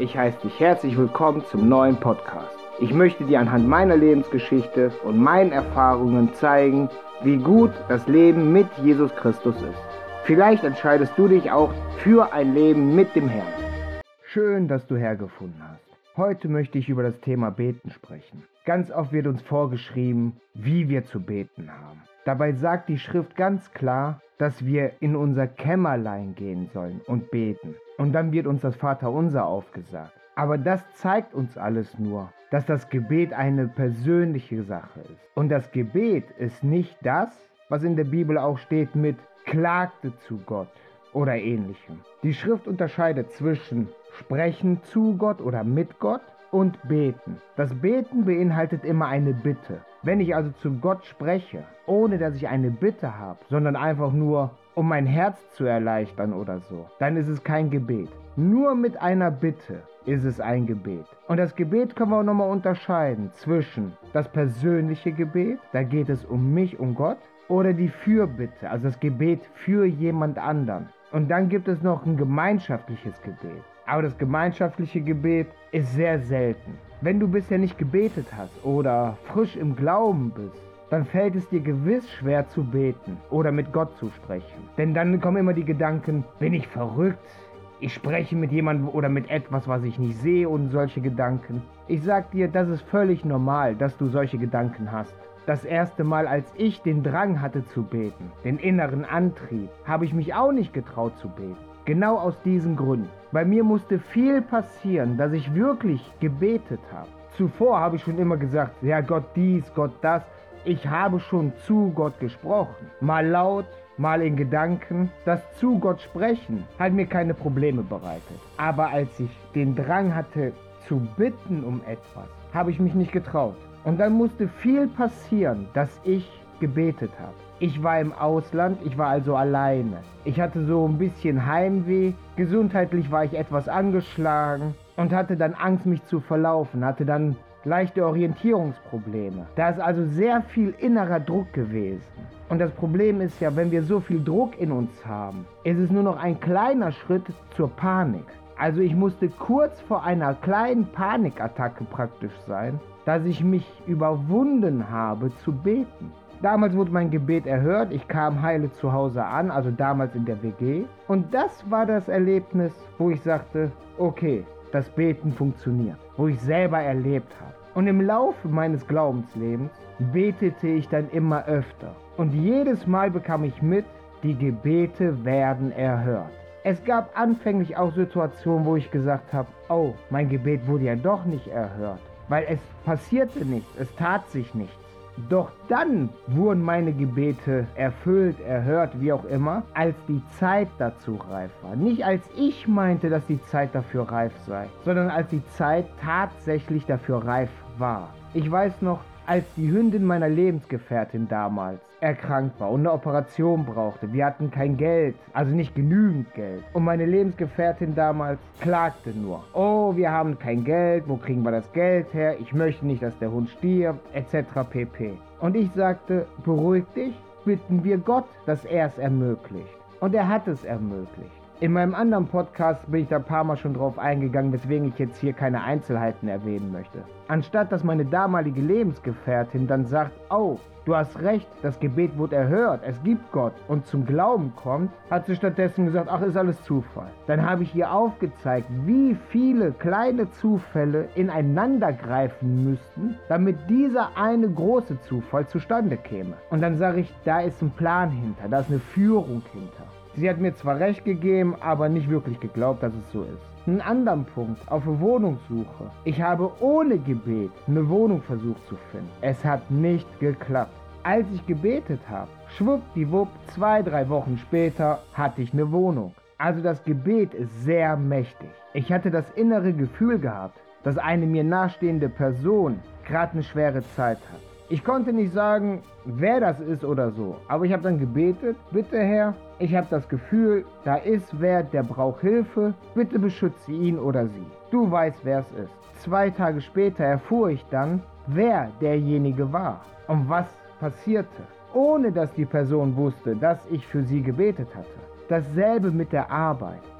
Ich heiße dich herzlich willkommen zum neuen Podcast. Ich möchte dir anhand meiner Lebensgeschichte und meinen Erfahrungen zeigen, wie gut das Leben mit Jesus Christus ist. Vielleicht entscheidest du dich auch für ein Leben mit dem Herrn. Schön, dass du hergefunden hast. Heute möchte ich über das Thema Beten sprechen. Ganz oft wird uns vorgeschrieben, wie wir zu beten haben. Dabei sagt die Schrift ganz klar, dass wir in unser Kämmerlein gehen sollen und beten. Und dann wird uns das Vaterunser aufgesagt. Aber das zeigt uns alles nur, dass das Gebet eine persönliche Sache ist. Und das Gebet ist nicht das, was in der Bibel auch steht mit klagte zu Gott oder ähnlichem. Die Schrift unterscheidet zwischen sprechen zu Gott oder mit Gott und beten. Das Beten beinhaltet immer eine Bitte. Wenn ich also zu Gott spreche, ohne dass ich eine Bitte habe, sondern einfach nur, um mein Herz zu erleichtern oder so, dann ist es kein Gebet. Nur mit einer Bitte ist es ein Gebet. Und das Gebet können wir auch nochmal unterscheiden zwischen das persönliche Gebet, da geht es um mich, um Gott, oder die Fürbitte, also das Gebet für jemand anderen. Und dann gibt es noch ein gemeinschaftliches Gebet. Aber das gemeinschaftliche Gebet ist sehr selten. Wenn du bisher nicht gebetet hast oder frisch im Glauben bist, dann fällt es dir gewiss schwer zu beten oder mit Gott zu sprechen. Denn dann kommen immer die Gedanken, bin ich verrückt? Ich spreche mit jemandem oder mit etwas, was ich nicht sehe und solche Gedanken. Ich sag dir, das ist völlig normal, dass du solche Gedanken hast. Das erste Mal, als ich den Drang hatte zu beten, den inneren Antrieb, habe ich mich auch nicht getraut zu beten. Genau aus diesem Grund. Bei mir musste viel passieren, dass ich wirklich gebetet habe. Zuvor habe ich schon immer gesagt, ja Gott dies, Gott das. Ich habe schon zu Gott gesprochen. Mal laut, mal in Gedanken. Das zu Gott sprechen hat mir keine Probleme bereitet. Aber als ich den Drang hatte zu bitten um etwas, habe ich mich nicht getraut. Und dann musste viel passieren, dass ich gebetet habe. Ich war im Ausland, ich war also alleine. Ich hatte so ein bisschen Heimweh, gesundheitlich war ich etwas angeschlagen und hatte dann Angst, mich zu verlaufen, hatte dann leichte Orientierungsprobleme. Da ist also sehr viel innerer Druck gewesen. Und das Problem ist ja, wenn wir so viel Druck in uns haben, ist es nur noch ein kleiner Schritt zur Panik. Also ich musste kurz vor einer kleinen Panikattacke praktisch sein, dass ich mich überwunden habe zu beten. Damals wurde mein Gebet erhört, ich kam heile zu Hause an, also damals in der WG. Und das war das Erlebnis, wo ich sagte, okay, das Beten funktioniert, wo ich selber erlebt habe. Und im Laufe meines Glaubenslebens betete ich dann immer öfter. Und jedes Mal bekam ich mit, die Gebete werden erhört. Es gab anfänglich auch Situationen, wo ich gesagt habe, oh, mein Gebet wurde ja doch nicht erhört, weil es passierte nichts, es tat sich nichts. Doch dann wurden meine Gebete erfüllt, erhört, wie auch immer, als die Zeit dazu reif war. Nicht als ich meinte, dass die Zeit dafür reif sei, sondern als die Zeit tatsächlich dafür reif war. Ich weiß noch, als die Hündin meiner Lebensgefährtin damals erkrankt war und eine Operation brauchte. Wir hatten kein Geld, also nicht genügend Geld. Und meine Lebensgefährtin damals klagte nur. Oh, wir haben kein Geld, wo kriegen wir das Geld her? Ich möchte nicht, dass der Hund stirbt, etc. pp. Und ich sagte, beruhig dich, bitten wir Gott, dass er es ermöglicht. Und er hat es ermöglicht. In meinem anderen Podcast bin ich da ein paar Mal schon drauf eingegangen, weswegen ich jetzt hier keine Einzelheiten erwähnen möchte. Anstatt dass meine damalige Lebensgefährtin dann sagt, oh, du hast recht, das Gebet wurde erhört, es gibt Gott und zum Glauben kommt, hat sie stattdessen gesagt, ach, ist alles Zufall. Dann habe ich ihr aufgezeigt, wie viele kleine Zufälle ineinander greifen müssten, damit dieser eine große Zufall zustande käme. Und dann sage ich, da ist ein Plan hinter, da ist eine Führung hinter. Sie hat mir zwar recht gegeben, aber nicht wirklich geglaubt, dass es so ist. Einen anderen Punkt, auf eine Wohnungssuche. Ich habe ohne Gebet eine Wohnung versucht zu finden. Es hat nicht geklappt. Als ich gebetet habe, schwuppdiwupp, 2-3 Wochen später hatte ich eine Wohnung. Also das Gebet ist sehr mächtig. Ich hatte das innere Gefühl gehabt, dass eine mir nahestehende Person gerade eine schwere Zeit hat. Ich konnte nicht sagen, wer das ist oder so, aber ich habe dann gebetet, bitte Herr, ich habe das Gefühl, da ist wer, der braucht Hilfe, bitte beschütze ihn oder sie. Du weißt, wer es ist. 2 Tage später erfuhr ich dann, wer derjenige war und was passierte, ohne dass die Person wusste, dass ich für sie gebetet hatte. Dasselbe mit der Arbeit.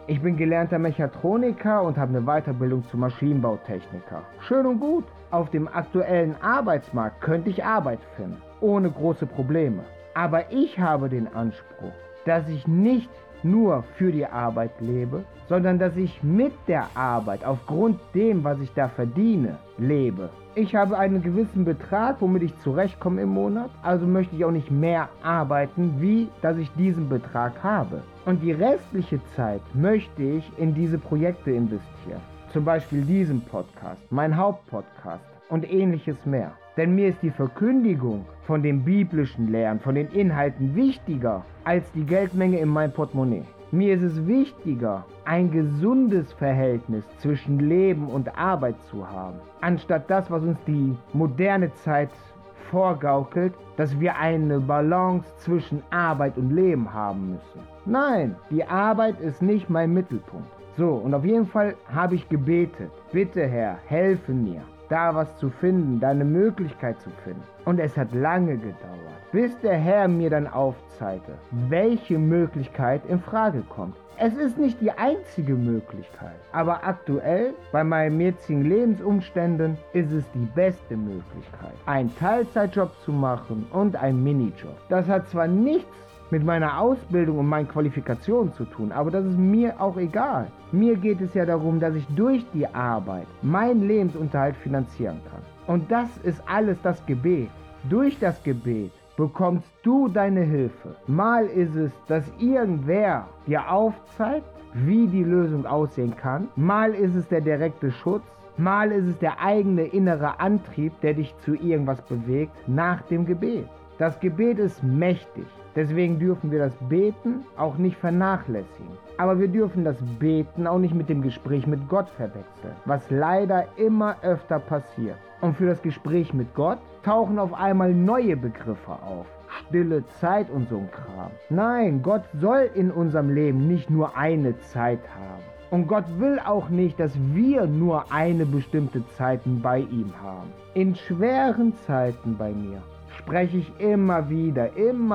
Ich bin gelernter Mechatroniker und habe eine Weiterbildung zum Maschinenbautechniker. Schön und gut. Auf dem aktuellen Arbeitsmarkt könnte ich Arbeit finden, ohne große Probleme. Aber ich habe den Anspruch, dass ich nicht nur für die Arbeit lebe, sondern dass ich mit der Arbeit aufgrund dem, was ich da verdiene, lebe. Ich habe einen gewissen Betrag, womit ich zurechtkomme im Monat, also möchte ich auch nicht mehr arbeiten, wie dass ich diesen Betrag habe. Und die restliche Zeit möchte ich in diese Projekte investieren. Zum Beispiel diesen Podcast, mein Hauptpodcast und ähnliches mehr. Denn mir ist die Verkündigung von den biblischen Lehren, von den Inhalten wichtiger als die Geldmenge in meinem Portemonnaie. Mir ist es wichtiger, ein gesundes Verhältnis zwischen Leben und Arbeit zu haben, anstatt das, was uns die moderne Zeit vorgaukelt, dass wir eine Balance zwischen Arbeit und Leben haben müssen. Nein, die Arbeit ist nicht mein Mittelpunkt. So, und auf jeden Fall habe ich gebetet. Bitte Herr, helfe mir, da was zu finden, da eine Möglichkeit zu finden. Und es hat lange gedauert, bis der Herr mir dann aufzeigte, welche Möglichkeit in Frage kommt. Es ist nicht die einzige Möglichkeit, aber aktuell, bei meinen jetzigen Lebensumständen, ist es die beste Möglichkeit, einen Teilzeitjob zu machen und einen Minijob. Das hat zwar nichts mit meiner Ausbildung und meinen Qualifikationen zu tun, aber das ist mir auch egal. Mir geht es ja darum, dass ich durch die Arbeit meinen Lebensunterhalt finanzieren kann. Und das ist alles das Gebet. Durch das Gebet bekommst du deine Hilfe. Mal ist es, dass irgendwer dir aufzeigt, wie die Lösung aussehen kann. Mal ist es der direkte Schutz. Mal ist es der eigene innere Antrieb, der dich zu irgendwas bewegt nach dem Gebet. Das Gebet ist mächtig. Deswegen dürfen wir das Beten auch nicht vernachlässigen. Aber wir dürfen das Beten auch nicht mit dem Gespräch mit Gott verwechseln, was leider immer öfter passiert. Und für das Gespräch mit Gott tauchen auf einmal neue Begriffe auf. Stille Zeit und so ein Kram. Nein, Gott soll in unserem Leben nicht nur eine Zeit haben. Und Gott will auch nicht, dass wir nur eine bestimmte Zeit bei ihm haben. In schweren Zeiten bei mir spreche ich immer wieder,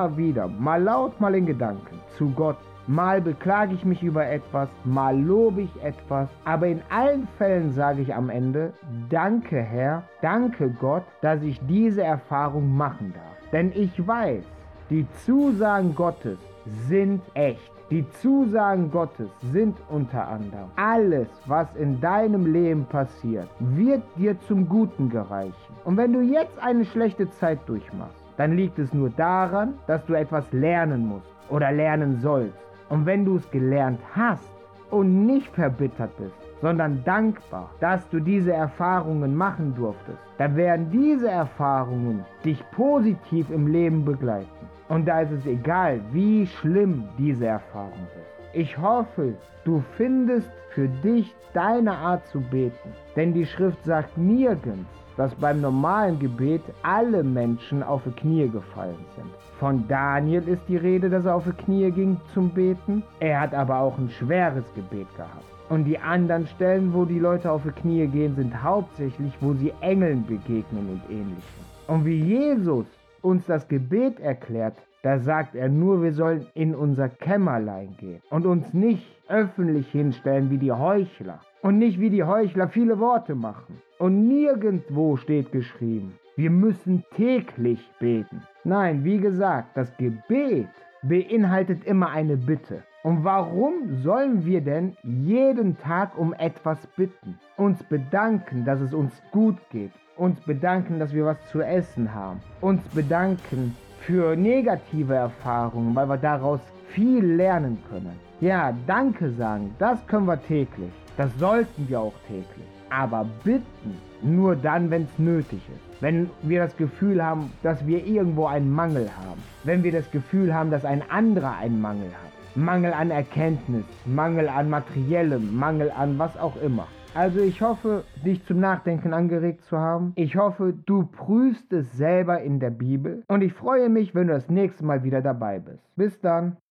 mal laut, mal in Gedanken, zu Gott. Mal beklage ich mich über etwas, mal lobe ich etwas, aber in allen Fällen sage ich am Ende, danke Herr, danke Gott, dass ich diese Erfahrung machen darf. Denn ich weiß, die Zusagen Gottes sind echt. Die Zusagen Gottes sind unter anderem, alles, was in deinem Leben passiert, wird dir zum Guten gereichen. Und wenn du jetzt eine schlechte Zeit durchmachst, dann liegt es nur daran, dass du etwas lernen musst oder lernen sollst. Und wenn du es gelernt hast und nicht verbittert bist, sondern dankbar, dass du diese Erfahrungen machen durftest, dann werden diese Erfahrungen dich positiv im Leben begleiten. Und da ist es egal, wie schlimm diese Erfahrung ist. Ich hoffe, du findest für dich deine Art zu beten. Denn die Schrift sagt nirgends, dass beim normalen Gebet alle Menschen auf die Knie gefallen sind. Von Daniel ist die Rede, dass er auf die Knie ging zum Beten. Er hat aber auch ein schweres Gebet gehabt. Und die anderen Stellen, wo die Leute auf die Knie gehen, sind hauptsächlich, wo sie Engeln begegnen und ähnlichem. Und wie Jesus uns das Gebet erklärt, da sagt er nur, wir sollen in unser Kämmerlein gehen und uns nicht öffentlich hinstellen wie die Heuchler. Und nicht wie die Heuchler viele Worte machen. Und nirgendwo steht geschrieben, wir müssen täglich beten. Nein, wie gesagt, das Gebet beinhaltet immer eine Bitte. Und warum sollen wir denn jeden Tag um etwas bitten? Uns bedanken, dass es uns gut geht. Uns bedanken, dass wir was zu essen haben. Uns bedanken für negative Erfahrungen, weil wir daraus viel lernen können. Ja, Danke sagen, das können wir täglich. Das sollten wir auch täglich. Aber bitten nur dann, wenn es nötig ist. Wenn wir das Gefühl haben, dass wir irgendwo einen Mangel haben. Wenn wir das Gefühl haben, dass ein anderer einen Mangel hat. Mangel an Erkenntnis, Mangel an Materiellem, Mangel an was auch immer. Also ich hoffe, dich zum Nachdenken angeregt zu haben. Ich hoffe, du prüfst es selber in der Bibel. Und ich freue mich, wenn du das nächste Mal wieder dabei bist. Bis dann.